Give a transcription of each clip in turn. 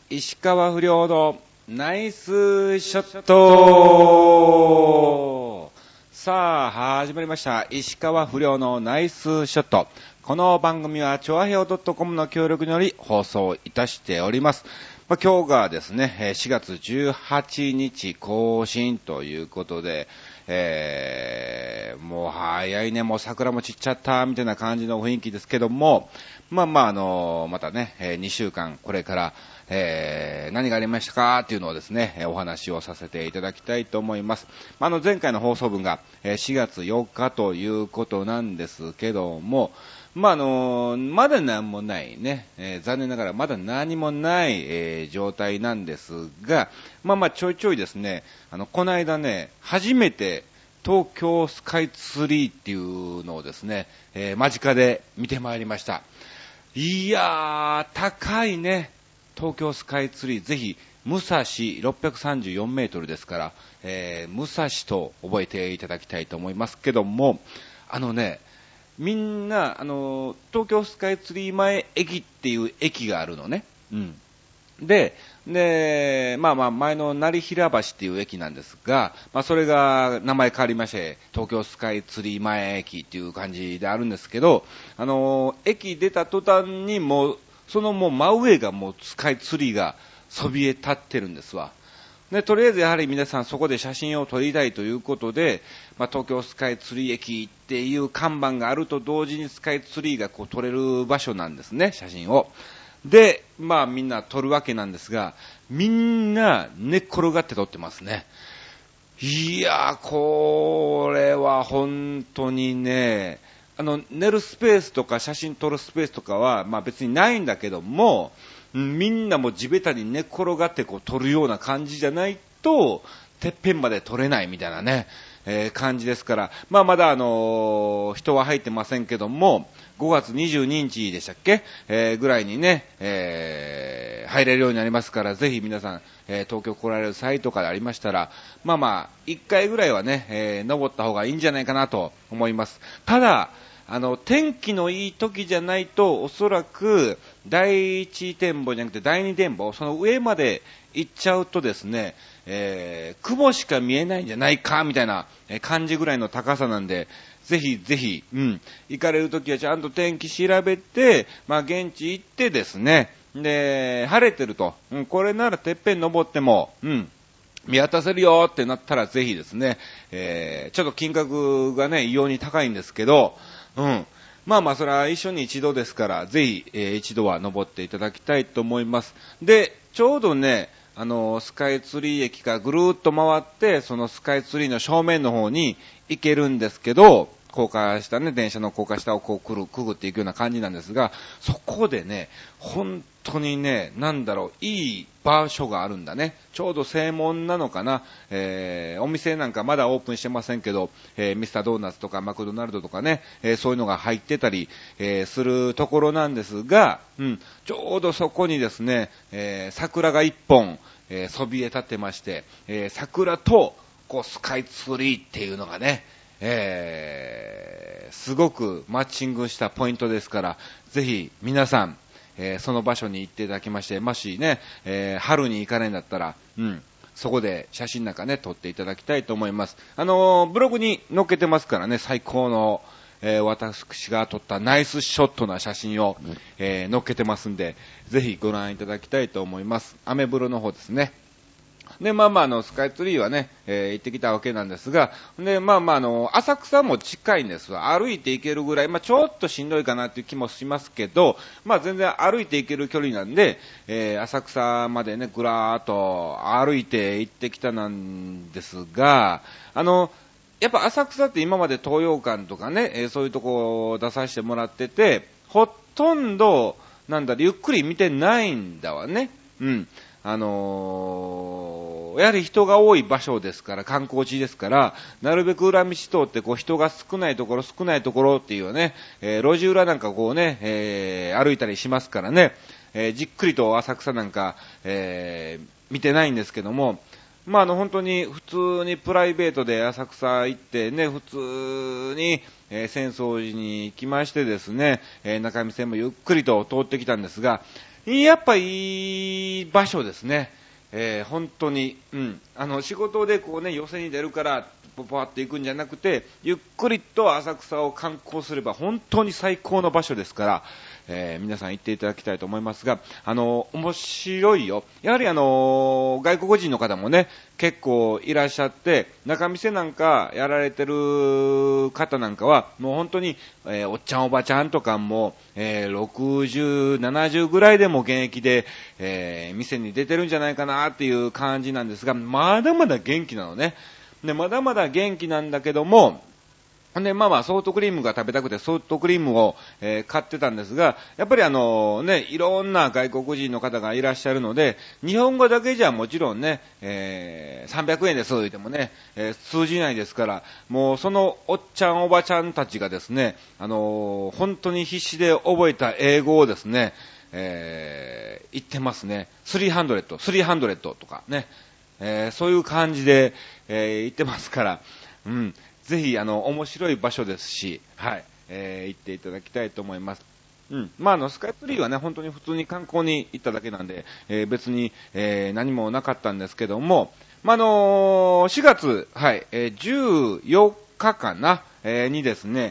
石川不良のナイスショット。さあ始まりました、石川不良のナイスショット。この番組はチョアヘオ .com の協力により放送いたしております。今日がですね4月18日更新ということで、もう早いね、もう桜も散っちゃったみたいな感じの雰囲気ですけども、またね、2週間これから、何がありましたかっていうのをですね、お話をさせていただきたいと思います。前回の放送分が4月4日ということなんですけども、まだ何もないね、残念ながらまだ何もない、状態なんですが、ちょいちょいですね、この間ね、初めて東京スカイツリーっていうのをですね、間近で見てまいりました。いやー、高いね、東京スカイツリー、ぜひ、武蔵634メートルですから、武蔵と覚えていただきたいと思いますけども、みんな、東京スカイツリー前駅っていう駅があるのね。で、前の成平橋っていう駅なんですが、それが名前変わりまして、東京スカイツリー前駅っていう感じであるんですけど、駅出た途端にもう、そのもう真上がもうスカイツリーがそびえ立ってるんですわ。で、とりあえずやはり皆さんそこで写真を撮りたいということで、東京スカイツリー駅っていう看板があると同時にスカイツリーがこう撮れる場所なんですね、写真を。で、みんな撮るわけなんですが、みんな寝っ転がって撮ってますね。いやー、これは本当にね、寝るスペースとか写真撮るスペースとかは、別にないんだけども、みんなも地べたに寝っ転がってこう撮るような感じじゃないと、てっぺんまで撮れないみたいなね、感じですから、まだ人は入ってませんけども、5月22日でしたっけ、ぐらいにね、入れるようになりますから、ぜひ皆さん、東京来られる際とかでありましたら、1回ぐらいはね、登った方がいいんじゃないかなと思います。ただ、天気のいい時じゃないと、おそらく、第一展望じゃなくて第二展望、その上まで行っちゃうとですね、雲しか見えないんじゃないか、みたいな感じぐらいの高さなんで、ぜひぜひ、行かれる時はちゃんと天気調べて、現地行ってですね、で、晴れてると、これならてっぺん登っても、見渡せるよってなったらぜひですね、ちょっと金額がね、異様に高いんですけど、それは一緒に一度ですから、ぜひ、一度は登っていただきたいと思います。で、ちょうどね、スカイツリー駅からぐるーっと回って、そのスカイツリーの正面の方に行けるんですけど、高架下ね、電車の高架下をこうくぐっていくような感じなんですが、そこでね、本当にね、いい場所があるんだね。ちょうど正門なのかな、お店なんかまだオープンしてませんけど、ミスタードーナツとかマクドナルドとかね、そういうのが入ってたり、するところなんですが、ちょうどそこにですね、桜が一本、そびえ立ってまして、桜とこうスカイツリーっていうのがね、すごくマッチングしたポイントですから、ぜひ皆さん、その場所に行っていただきまして、もしね、春に行かないんだったら、そこで写真なんかね、撮っていただきたいと思います。ブログに載っけてますからね、最高の、私が撮ったナイスショットな写真を、載っけてますんで、ぜひご覧いただきたいと思います。アメブロの方ですね。で、スカイツリーはね、行ってきたわけなんですが、で、浅草も近いんですわ。歩いて行けるぐらい、ちょっとしんどいかなっていう気もしますけど、全然歩いて行ける距離なんで、浅草までね、ぐらーっと歩いて行ってきたなんですが、やっぱ浅草って今まで東洋館とかね、そういうとこを出させてもらってて、ほとんど、ゆっくり見てないんだわね。やはり人が多い場所ですから、観光地ですから、なるべく裏道通ってこう人が少ないところっていうね、路地裏なんかこうね、歩いたりしますからね、じっくりと浅草なんか、見てないんですけども、本当に普通にプライベートで浅草行ってね、普通に、浅草寺に行きましてですね、中見線もゆっくりと通ってきたんですが、 やっぱいい場所ですね。本当に、仕事でこうね、寄席に出るから、ポパって行くんじゃなくて、ゆっくりと浅草を観光すれば本当に最高の場所ですから、皆さん行っていただきたいと思いますが、面白いよ。やはり外国人の方もね、結構いらっしゃって、中見世なんかやられてる方なんかは、もう本当に、おっちゃんおばちゃんとかも、60、70ぐらいでも現役で、店に出てるんじゃないかなっていう感じなんですが、まだまだ元気なのね。で、まだまだ元気なんだけども、で、ソフトクリームが食べたくてソフトクリームを、買ってたんですが、やっぱりいろんな外国人の方がいらっしゃるので、日本語だけじゃもちろんね、300円です言ってもね、通じないですから、もうそのおっちゃんおばちゃんたちがですね、本当に必死で覚えた英語をですね、言ってますね。300とかね、そういう感じで、言ってますから、ぜひ、面白い場所ですし、はい、行っていただきたいと思います。スカイツリーはね、本当に普通に観光に行っただけなんで、別に、何もなかったんですけども、4月、はい、14日かな、にですね、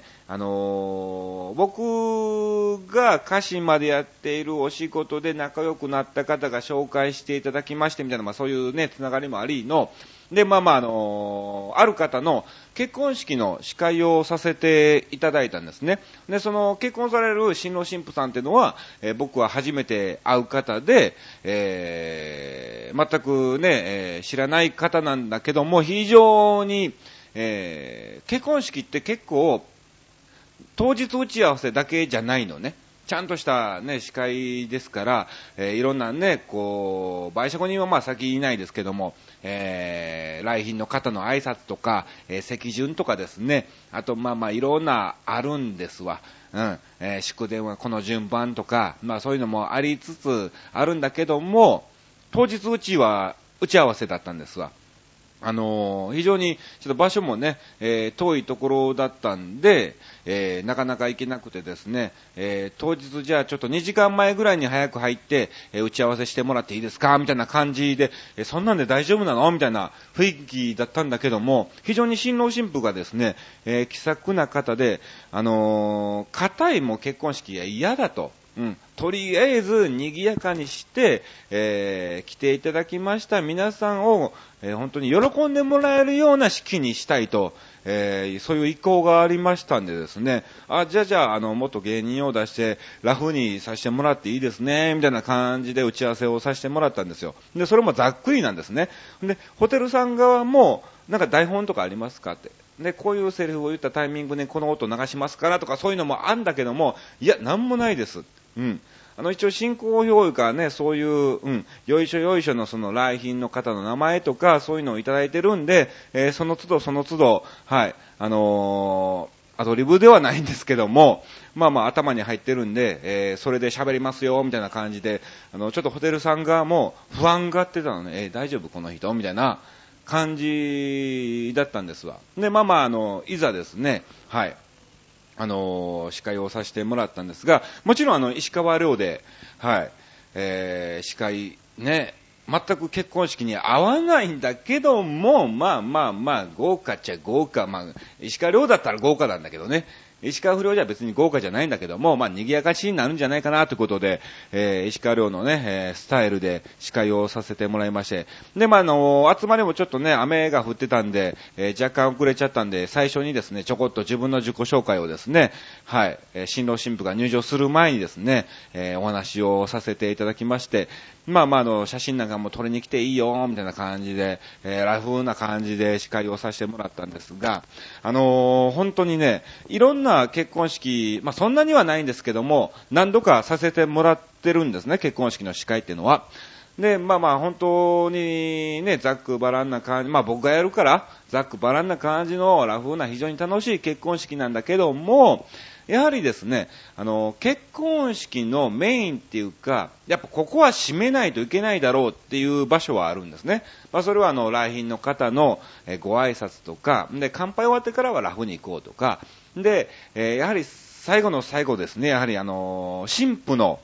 僕が鹿島でやっているお仕事で仲良くなった方が紹介していただきましてみたいな、そういうね、つながりもありの、で、ある方の結婚式の司会をさせていただいたんですね。で、その結婚される新郎新婦さんっていうのは、僕は初めて会う方で、全くね、知らない方なんだけども、非常に、結婚式って結構、当日打ち合わせだけじゃないのね。ちゃんとしたね、司会ですから、いろんなね、こう、売借人は先いないですけども、来賓の方の挨拶とか、席順とかですね、あといろんなあるんですわ。祝電はこの順番とか、そういうのもありつつあるんだけども、当日打ち合わせだったんですわ。非常にちょっと場所もね、遠いところだったんで、なかなか行けなくてですね、当日じゃあちょっと2時間前ぐらいに早く入って、打ち合わせしてもらっていいですかみたいな感じで、そんなんで大丈夫なのみたいな雰囲気だったんだけども、非常に新郎新婦がですね、気さくな方で、固いも結婚式が嫌だと。とりあえず賑やかにして、来ていただきました皆さんを、本当に喜んでもらえるような式にしたいと、そういう意向がありましたんでですね、じゃあ、元芸人を出してラフにさせてもらっていいですねみたいな感じで打ち合わせをさせてもらったんですよ。で、それもざっくりなんですね。で、ホテルさん側もなんか台本とかありますかって。で、こういうセリフを言ったタイミングでこの音流しますからとかそういうのもあんだけども、いや、なんもないです。一応進行表かね、そういう、よいしょよいしょのその来賓の方の名前とか、そういうのをいただいてるんで、その都度、はい、アドリブではないんですけども、頭に入ってるんで、それで喋りますよ、みたいな感じで、ちょっとホテルさん側も不安がってたのね、大丈夫この人みたいな感じだったんですわ。で、いざですね、はい。司会をさせてもらったんですが、もちろん石川遼で、はい、司会ね、全く結婚式に合わないんだけども、豪華っちゃ豪華、石川遼だったら豪華なんだけどね、石川不良じゃ別に豪華じゃないんだけども、賑やかしになるんじゃないかなということで、石川遼のね、スタイルで司会をさせてもらいまして、で、集まりもちょっとね、雨が降ってたんで、若干遅れちゃったんで、最初にですね、ちょこっと自分の自己紹介をですね、はい、新郎新婦が入場する前にですね、お話をさせていただきまして、写真なんかも撮りに来ていいよ、みたいな感じで、ラフな感じで司会をさせてもらったんですが、本当にね、いろんな結婚式、そんなにはないんですけども、何度かさせてもらってるんですね、結婚式の司会っていうのは。で、本当にね、ざっくばらんな感じ、僕がやるから、ざっくばらんな感じのラフな非常に楽しい結婚式なんだけども、やはりですね、結婚式のメインっていうか、やっぱここは締めないといけないだろうっていう場所はあるんですね。それは来賓の方のご挨拶とか、で、乾杯終わってからはラフに行こうとか、で、やはり最後の最後ですね、やはり新婦の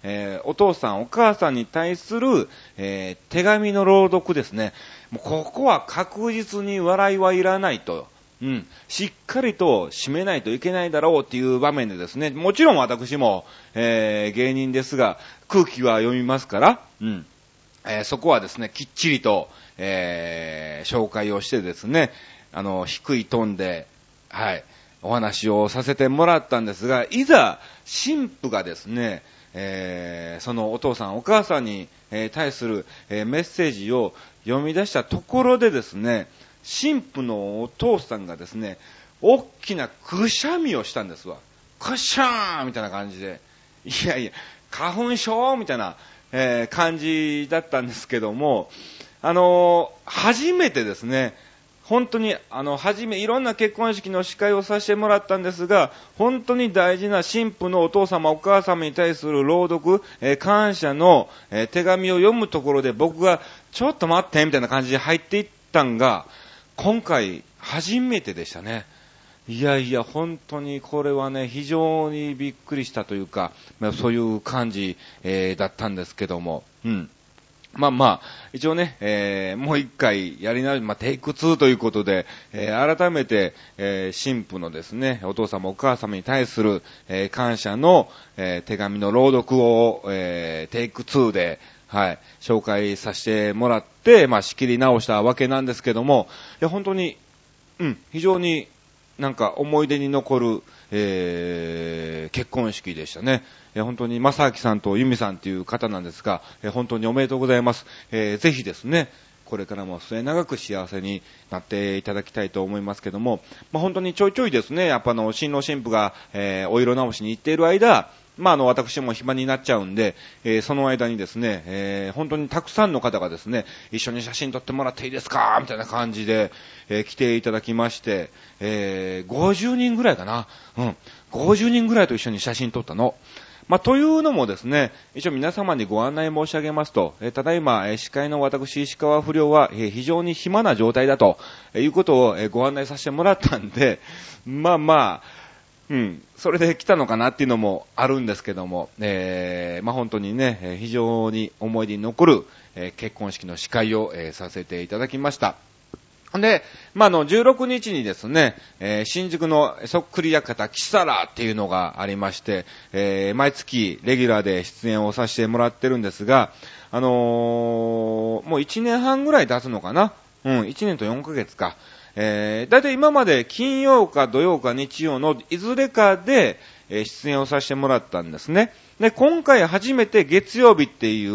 お父さんお母さんに対する、手紙の朗読ですね。もうここは確実に笑いはいらないと。しっかりと締めないといけないだろうっていう場面でですね、もちろん私も、芸人ですが、空気は読みますから、そこはですね、きっちりと、紹介をしてですね、低いトーンで、お話をさせてもらったんですが、いざ、神父がですね、そのお父さんお母さんに、対する、メッセージを読み出したところでですね、神父のお父さんがですね、大きなくしゃみをしたんですわ。くしゃーみたいな感じで。いやいや、花粉症みたいな、感じだったんですけども、初めてですね、本当に、いろんな結婚式の司会をさせてもらったんですが、本当に大事な神父のお父様、お母様に対する朗読、感謝の、手紙を読むところで僕が、ちょっと待って、みたいな感じで入っていったんが、今回、初めてでしたね。いやいや、本当にこれはね、非常にびっくりしたというか、そういう感じ、だったんですけども、一応ね、もう一回やり直し、テイク2ということで、改めて、神父のですね、お父様お母様に対する、感謝の、手紙の朗読を、テイク2で、紹介させてもらって、仕切り直したわけなんですけども、いや、本当に、非常になんか思い出に残る、結婚式でしたね。本当に正明さんと由美さんという方なんですが、本当におめでとうございます。ぜひですね、これからも末永く幸せになっていただきたいと思いますけども、本当にちょいちょいですね、やっぱ新郎新婦が、お色直しに行っている間、私も暇になっちゃうんで、その間にですね、本当にたくさんの方がですね、一緒に写真撮ってもらっていいですかみたいな感じで、来ていただきまして、50人ぐらいかな。50人ぐらいと一緒に写真撮ったの。というのもですね、一応皆様にご案内申し上げますと、ただいま、司会の私、石川不良は、非常に暇な状態だと、いうことを、ご案内させてもらったんで、それで来たのかなっていうのもあるんですけども、本当にね、非常に思い出に残る、結婚式の司会を、させていただきました。で、16日にですね、新宿のそっくり館キサラっていうのがありまして、毎月レギュラーで出演をさせてもらってるんですが、もう1年半ぐらい経つのかな。1年と4ヶ月か。だいたい今まで金曜か土曜か日曜のいずれかで、出演をさせてもらったんですね。で、今回初めて月曜日っていう、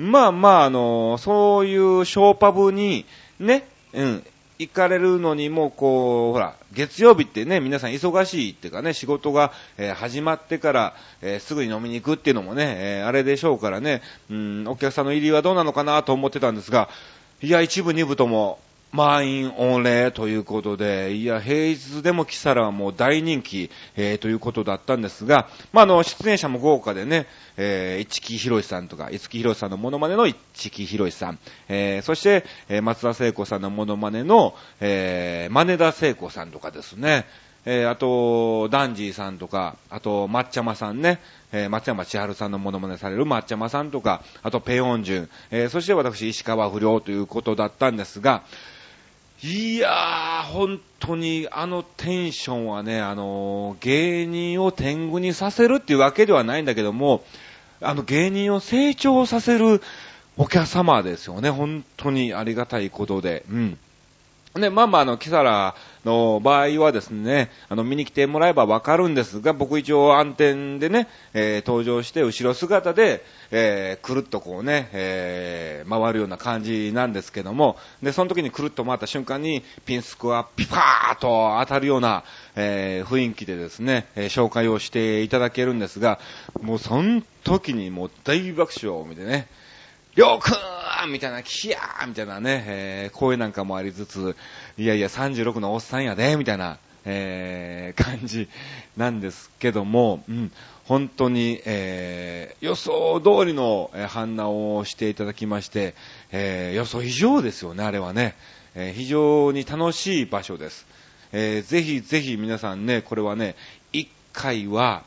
そういうショーパブにね、行かれるのにも、月曜日ってね、皆さん忙しいっていうかね、仕事が、始まってから、すぐに飲みに行くっていうのもね、あれでしょうからね、お客さんの入りはどうなのかなと思ってたんですが、いや、一部二部とも、満員御礼ということで、いや、平日でもキサラはもう大人気、ということだったんですが、出演者も豪華でね、市木博さんとか、五木ひろしさんのモノマネの市木博さん、そして、松田聖子さんのモノマネの、真田聖子さんとかですね、あと、ダンジーさんとか、あと、抹茶間さんね、松山千春さんのモノマネされる抹茶間さんとか、あと、ペヨンジュン、そして私、石川不良ということだったんですが、いやー、本当にテンションはね、芸人を天狗にさせるっていうわけではないんだけども、芸人を成長させるお客様ですよね。本当にありがたいことで。で、キサラの場合はですね、見に来てもらえばわかるんですが、僕一応暗転でね、登場して後ろ姿で、くるっとこうね、回るような感じなんですけども、で、その時にくるっと回った瞬間に、ピンスコがピパーッと当たるような、雰囲気でですね、紹介をしていただけるんですが、もうその時にもう大爆笑を見てね、りょうくんみたいな、キヤーみたいなね、声なんかもありつつ、いやいや36のおっさんやで、みたいな、感じなんですけども、本当に、予想通りの反応をしていただきまして、予想以上ですよね、あれはね。非常に楽しい場所です。ぜひぜひ皆さんね、これはね、一回は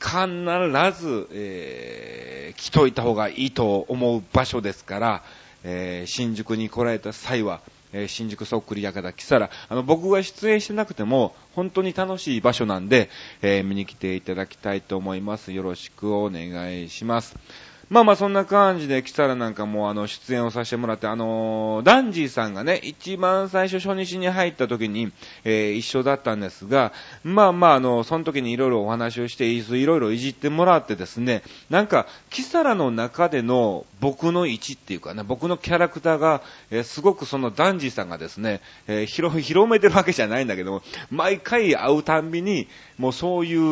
必ず、来といた方がいいと思う場所ですから、新宿に来られた際は、新宿そっくり館来たら、僕が出演してなくても、本当に楽しい場所なんで、見に来ていただきたいと思います。よろしくお願いします。まあまあそんな感じで来たらなんかもう出演をさせてもらって、ダンジーさんがね、一番最初初日に入った時に、一緒だったんですが、まあまあその時にいろいろお話をして、いろいろいじってもらってですね、なんか、キサラの中での僕の位置っていうかね、僕のキャラクターが、すごくそのダンジーさんがですね、広めてるわけじゃないんだけども、毎回会うたんびに、もうそういう、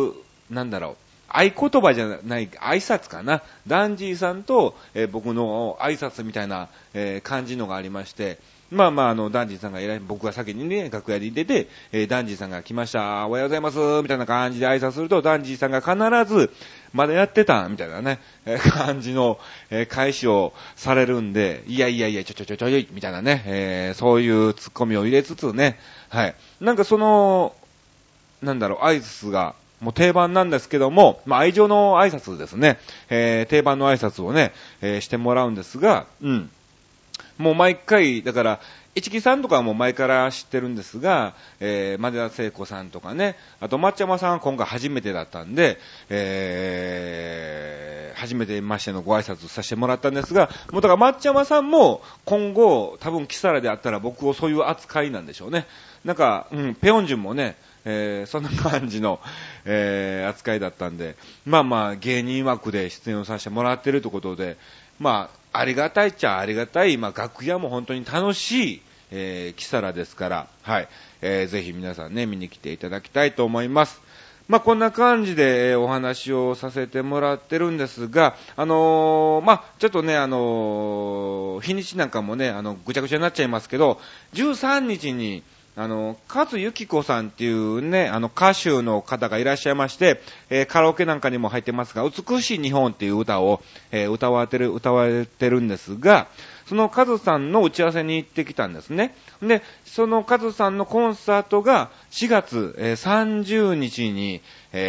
なんだろう、合言葉じゃない挨拶かな。ダンジーさんと、僕の挨拶みたいな、感じのがありまして、まあまあダンジーさんが僕が先にね、楽屋に出て、ダンジーさんが来ました、おはようございます、みたいな感じで挨拶すると、ダンジーさんが必ず、まだやってた、みたいなね、感じの、返しをされるんで、いや、ちょい、みたいなね、そういうツッコミを入れつつね、はい。なんかなんだろう、挨拶が、もう定番なんですけども、まあ、愛情の挨拶ですね。定番の挨拶をね、してもらうんですが、もう毎回、だから、市木さんとかはもう前から知ってるんですが、前田聖子さんとかね、あと、抹茶山さんは今回初めてだったんで、初めてましてのご挨拶させてもらったんですが、もうだから抹茶山さんも今後、多分キサラであったら僕をそういう扱いなんでしょうね。なんか、ペヨンジュンもね、そんな感じの、扱いだったんで、まあまあ芸人枠で出演をさせてもらってるということで、まあありがたいっちゃありがたい、まあ楽屋も本当に楽しい、キサラですから、はい、ぜひ皆さんね見に来ていただきたいと思います。まあこんな感じで、お話をさせてもらってるんですが、まあちょっとね日にちなんかもねぐちゃぐちゃになっちゃいますけど、13日に勝ゆきこさんっていうね、歌手の方がいらっしゃいまして、カラオケなんかにも入ってますが、美しい日本っていう歌を、歌われてるんですが、そのカズさんの打ち合わせに行ってきたんですね。で、そのカズさんのコンサートが4月、30日に、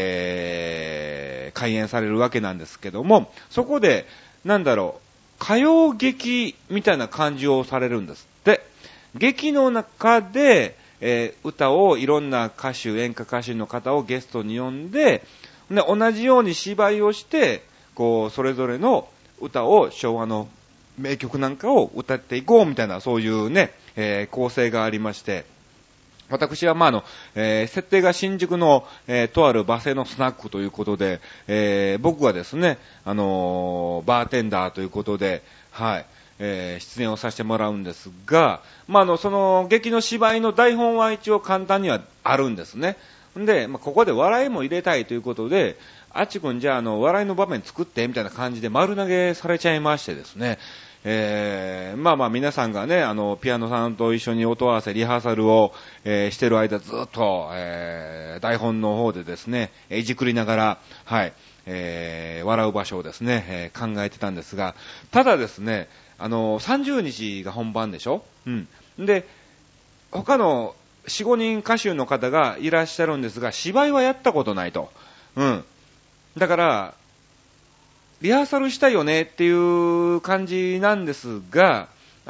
開演されるわけなんですけども、そこで、なんだろう、歌謡劇みたいな感じをされるんですって。劇の中で、歌をいろんな演歌歌手の方をゲストに呼んで、同じように芝居をして、こう、それぞれの歌を、昭和の名曲なんかを歌っていこうみたいな、そういうね、構成がありまして、私は設定が新宿の、とあるバス停のスナックということで、僕はですね、バーテンダーということで、はい、出演をさせてもらうんですが、その劇の芝居の台本は一応簡単にはあるんですね。で、ここで笑いも入れたいということで、あっちくんじゃあ笑いの場面作ってみたいな感じで丸投げされちゃいましてですね、皆さんがね、ピアノさんと一緒に音合わせ、リハーサルを、してる間ずっと、台本の方でですね、いじくりながら、はい、笑う場所をですね、考えてたんですが、ただですね、30日が本番でしょ？で、他の4、5人歌手の方がいらっしゃるんですが、芝居はやったことないと。だから、リハーサルしたいよねっていう感じなんですが、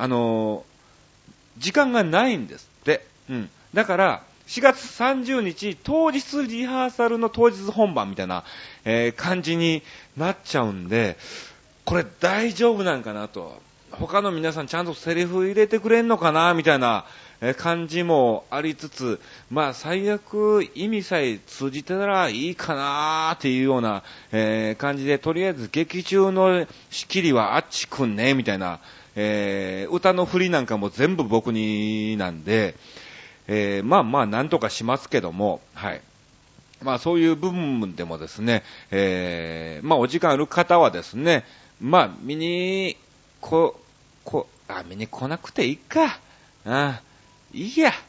時間がないんですって。だから、4月30日、当日リハーサルの当日本番みたいな、感じになっちゃうんで、これ大丈夫なんかなと。他の皆さんちゃんとセリフ入れてくれんのかなみたいな感じもありつつ、最悪意味さえ通じてたらいいかなっていうような、感じで、とりあえず劇中の仕切りはあっちくんねみたいな、歌の振りなんかも全部僕になんで、なんとかしますけども、はい。そういう部分でもですね、お時間ある方はですね、見に来なくていいか。いいや。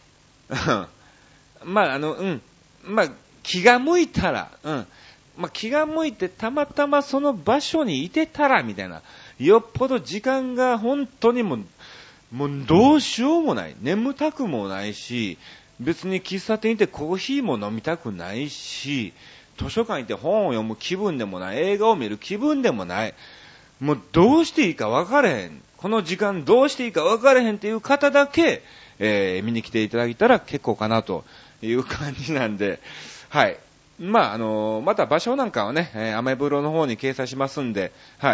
気が向いたら、気が向いてたまたまその場所にいてたら、みたいな。よっぽど時間が本当にもうどうしようもない。眠たくもないし、別に喫茶店行ってコーヒーも飲みたくないし、 図書館行って本を読む気分でもない、映画を見る気分でもない、もうどうしていいか分かれへん、この時間どうしていいか分かれへんっていう方だけ、見に来ていただいたら結構かなという感じなんで、はい。また場所なんかはね、アメブロの方に掲載しますんで、はい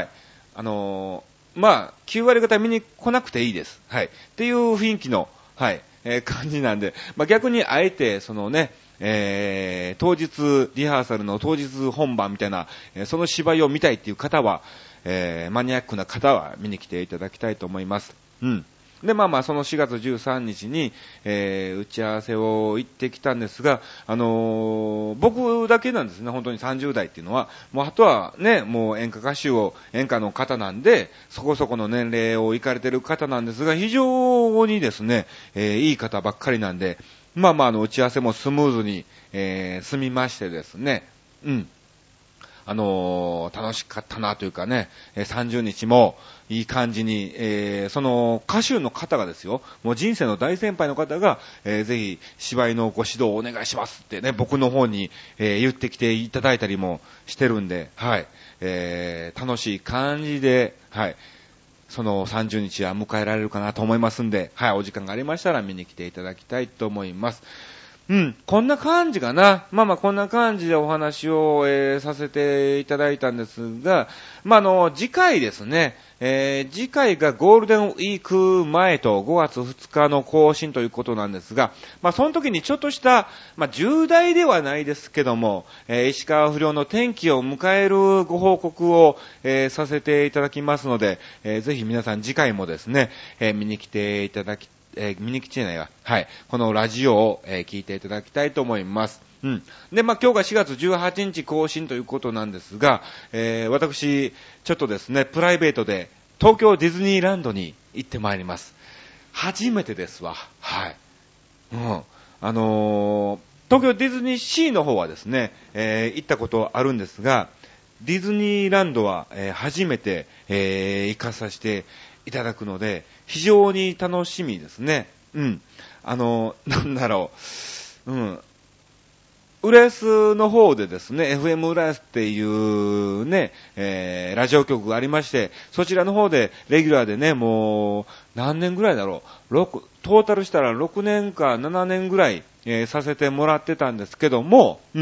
。9割方見に来なくていいです。はい。っていう雰囲気の、はい、感じなんで、逆にあえて、そのね、当日、リハーサルの当日本番みたいな、その芝居を見たいっていう方は、マニアックな方は見に来ていただきたいと思います。うん。で、その4月13日に、打ち合わせを行ってきたんですが、僕だけなんですね、本当に30代っていうのは。もうあとはね、もう演歌の方なんで、そこそこの年齢を行かれてる方なんですが、非常にですね、いい方ばっかりなんで、打ち合わせもスムーズに、済みましてですね、うん。楽しかったなというかね、30日もいい感じに、その歌手の方がですよ、もう人生の大先輩の方が、ぜひ芝居のご指導をお願いしますってね、僕の方に、言ってきていただいたりもしてるんで、はい、楽しい感じで、はい、その30日は迎えられるかなと思いますんで、はい、お時間がありましたら見に来ていただきたいと思います。うん、こんな感じかな。こんな感じでお話を、させていただいたんですが、次回ですね、次回がゴールデンウィーク前と5月2日の更新ということなんですが、その時にちょっとした、重大ではないですけども、石川不良の転機を迎えるご報告を、させていただきますので、ぜひ皆さん次回もですね、見に来ていただき見に来てないわ。はい。このラジオを、聞いていただきたいと思います。うん。で、今日が4月18日更新ということなんですが、私、ちょっとですね、プライベートで東京ディズニーランドに行ってまいります。初めてですわ。はい。うん。東京ディズニーシーの方はですね、行ったことあるんですが、ディズニーランドは、初めて、行かさせていただくので、非常に楽しみですね。うん。なんだろう。うん。浦安の方でですね、FM 浦安っていうね、ラジオ局がありまして、そちらの方でレギュラーでね、もう、何年ぐらいだろう。トータルしたら6年か7年ぐらい、させてもらってたんですけども、うん。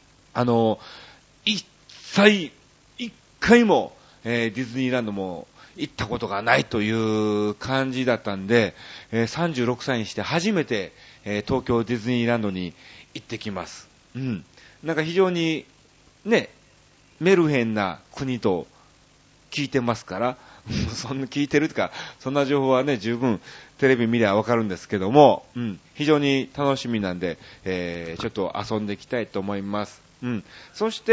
一回も、ディズニーランドも行ったことがないという感じだったんで、36歳にして初めて、東京ディズニーランドに行ってきます。うん。なんか非常に、ね、メルヘンな国と聞いてますから、そんな聞いてるとか、そんな情報はね、十分テレビ見ればわかるんですけども、うん、非常に楽しみなんで、ちょっと遊んでいきたいと思います。うん。そして、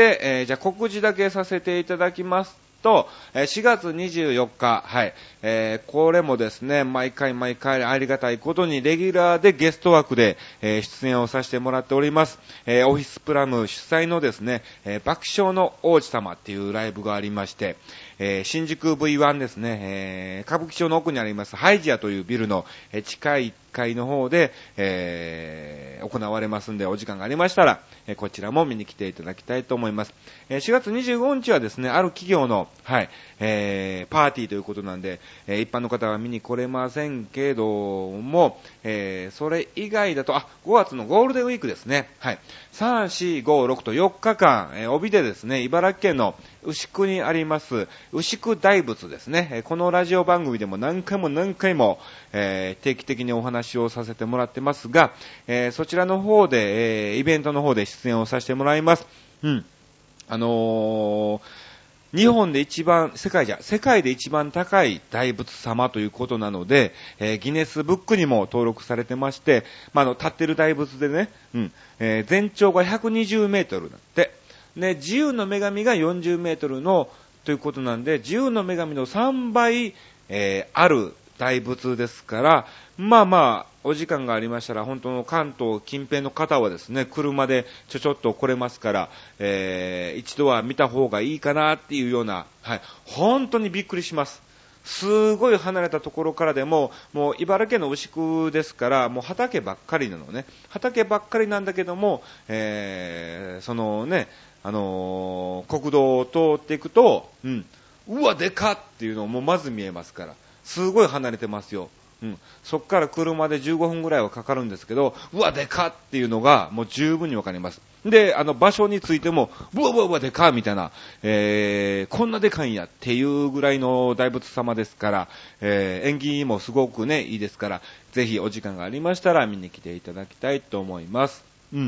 じゃあ告知だけさせていただきますと、4月24日、はい、これもですね、毎回ありがたいことにレギュラーでゲスト枠で、出演をさせてもらっております。オフィスプラム主催のですね、爆笑の王子様っていうライブがありまして、新宿 V1 ですね、歌舞伎町の奥にありますハイジアというビルの、地下1階の方で、行われますんで、お時間がありましたら、こちらも見に来ていただきたいと思います。4月25日はですね、ある企業の、はい、パーティーということなんで、一般の方は見に来れませんけども、それ以外だと、5月のゴールデンウィークですね。はい。3、4、5、6と4日間、帯でですね、茨城県の牛久にあります、牛久大仏ですね。このラジオ番組でも何回も、定期的にお話をさせてもらってますが、そちらの方で、イベントの方で出演をさせてもらいます。うん。日本で一番、世界で一番高い大仏様ということなので、ギネスブックにも登録されてまして、立ってる大仏でね、うん、全長が120メートルだって。で、自由の女神が40メートルの、ということなんで、自由の女神の3倍、ある大仏ですから、お時間がありましたら、本当の関東近辺の方はですね、車でちょっと来れますから、一度は見た方がいいかなっていうような、はい、本当にびっくりします。 すごい離れたところからでも、もう茨城県の牛久ですから、もう畑ばっかりなのね。畑ばっかりなんだけども、そのね、国道を通っていくと、うわ、でかっていうのもまず見えますから、すごい離れてますよ。そこから車で15分ぐらいはかかるんですけど、うわ、でかっていうのがもう十分にわかります。で、場所についても、うわうわうわ、でかみたいな、こんなでかいんやっていうぐらいの大仏様ですから、縁起もすごくね、いいですから、ぜひお時間がありましたら見に来ていただきたいと思います。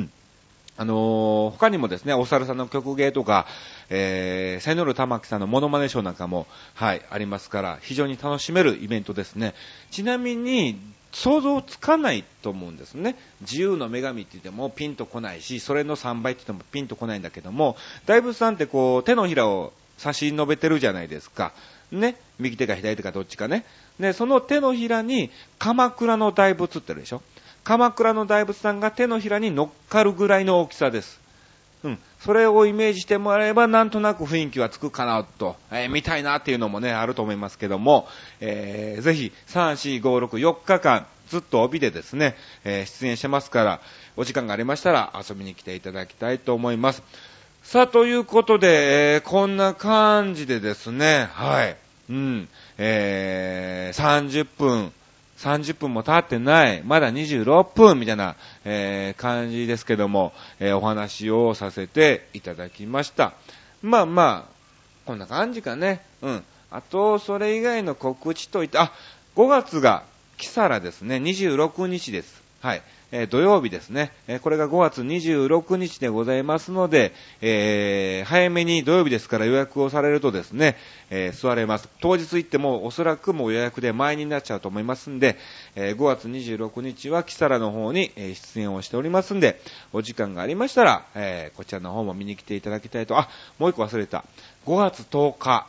他にもですね、お猿さんの曲芸とか、セノル玉木さんのモノマネショーなんかも、はい、ありますから、非常に楽しめるイベントですね。ちなみに、想像つかないと思うんですね。自由の女神って言ってもピンとこないし、それの3倍って言ってもピンとこないんだけども、大仏さんってこう、手のひらを差し伸べてるじゃないですか。ね。右手か左手かどっちかね。で、その手のひらに、鎌倉の大仏ってあるでしょ。鎌倉の大仏さんが手のひらに乗っかるぐらいの大きさです。それをイメージしてもらえばなんとなく雰囲気はつくかなと、見たいなっていうのもね、あると思いますけども、ぜひ3、4、5、6、4日間ずっと帯でですね、出演してますから、お時間がありましたら遊びに来ていただきたいと思います。さあ、ということで、こんな感じでですね、はい、30分も経ってない、まだ26分みたいな、感じですけども、お話をさせていただきました。まあまあ、こんな感じかね。あと、それ以外の告知といって、5月が、キサラですね、26日です。はい。土曜日ですね。これが5月26日でございますので、早めに土曜日ですから予約をされるとですね、座れます。当日行ってもおそらくもう予約で満員になっちゃうと思いますんで、5月26日はキサラの方に出演をしておりますんで、お時間がありましたら、こちらの方も見に来ていただきたいと。もう一個忘れた。5月10日。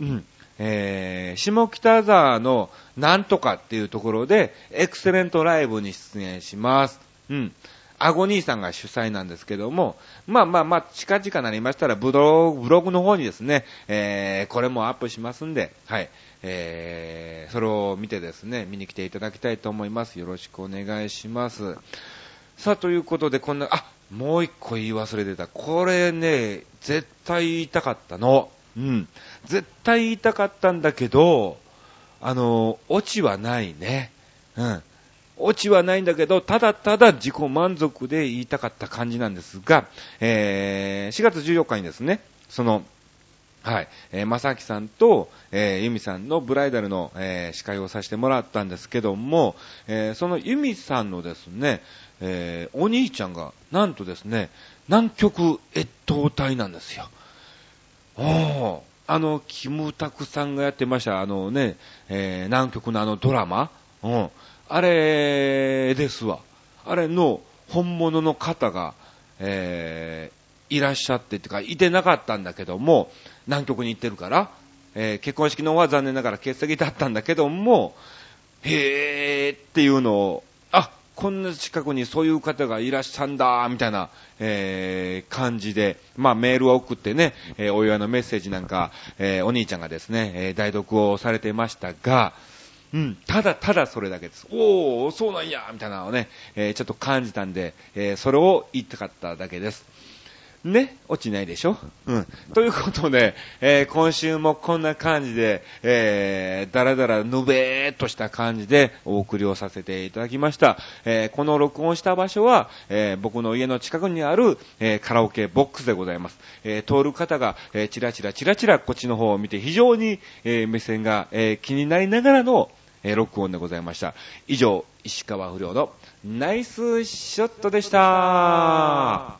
下北沢のなんとかっていうところでエクセレントライブに出演します。アゴ兄さんが主催なんですけども、近々なりましたらブログの方にですね、これもアップしますんで、はい、それを見てですね、見に来ていただきたいと思います。よろしくお願いします。さあ、ということでもう一個言い忘れてた。これね、絶対言いたかったの。絶対言いたかったんだけど、オチはないね。オチはないんだけど、ただただ自己満足で言いたかった感じなんですが、4月14日にですね、まさきさんと、ゆみさんのブライダルの、司会をさせてもらったんですけども、そのゆみさんのですね、お兄ちゃんが、なんとですね、南極越冬隊なんですよ。キムタクさんがやってました、南極のドラマ、あれですわ。あれの本物の方が、いらっしゃってってか、いてなかったんだけども、南極に行ってるから、結婚式の方は残念ながら欠席だったんだけども、へーっていうのを、こんな近くにそういう方がいらっしゃんだ、みたいな、感じで、メールを送ってね、お祝いのメッセージなんか、お兄ちゃんがですね、代読をされてましたが、ただただそれだけです。おー、そうなんや、みたいなのをね、ちょっと感じたんで、それを言いたかっただけです。ね、落ちないでしょ。ということで、今週もこんな感じで、だらだらぬべーっとした感じでお送りをさせていただきました。この録音した場所は、僕の家の近くにある、カラオケボックスでございます。通る方が、チラチラこっちの方を見て非常に、目線が、気になりながらの、録音でございました。以上、石川不良のナイスショットでした。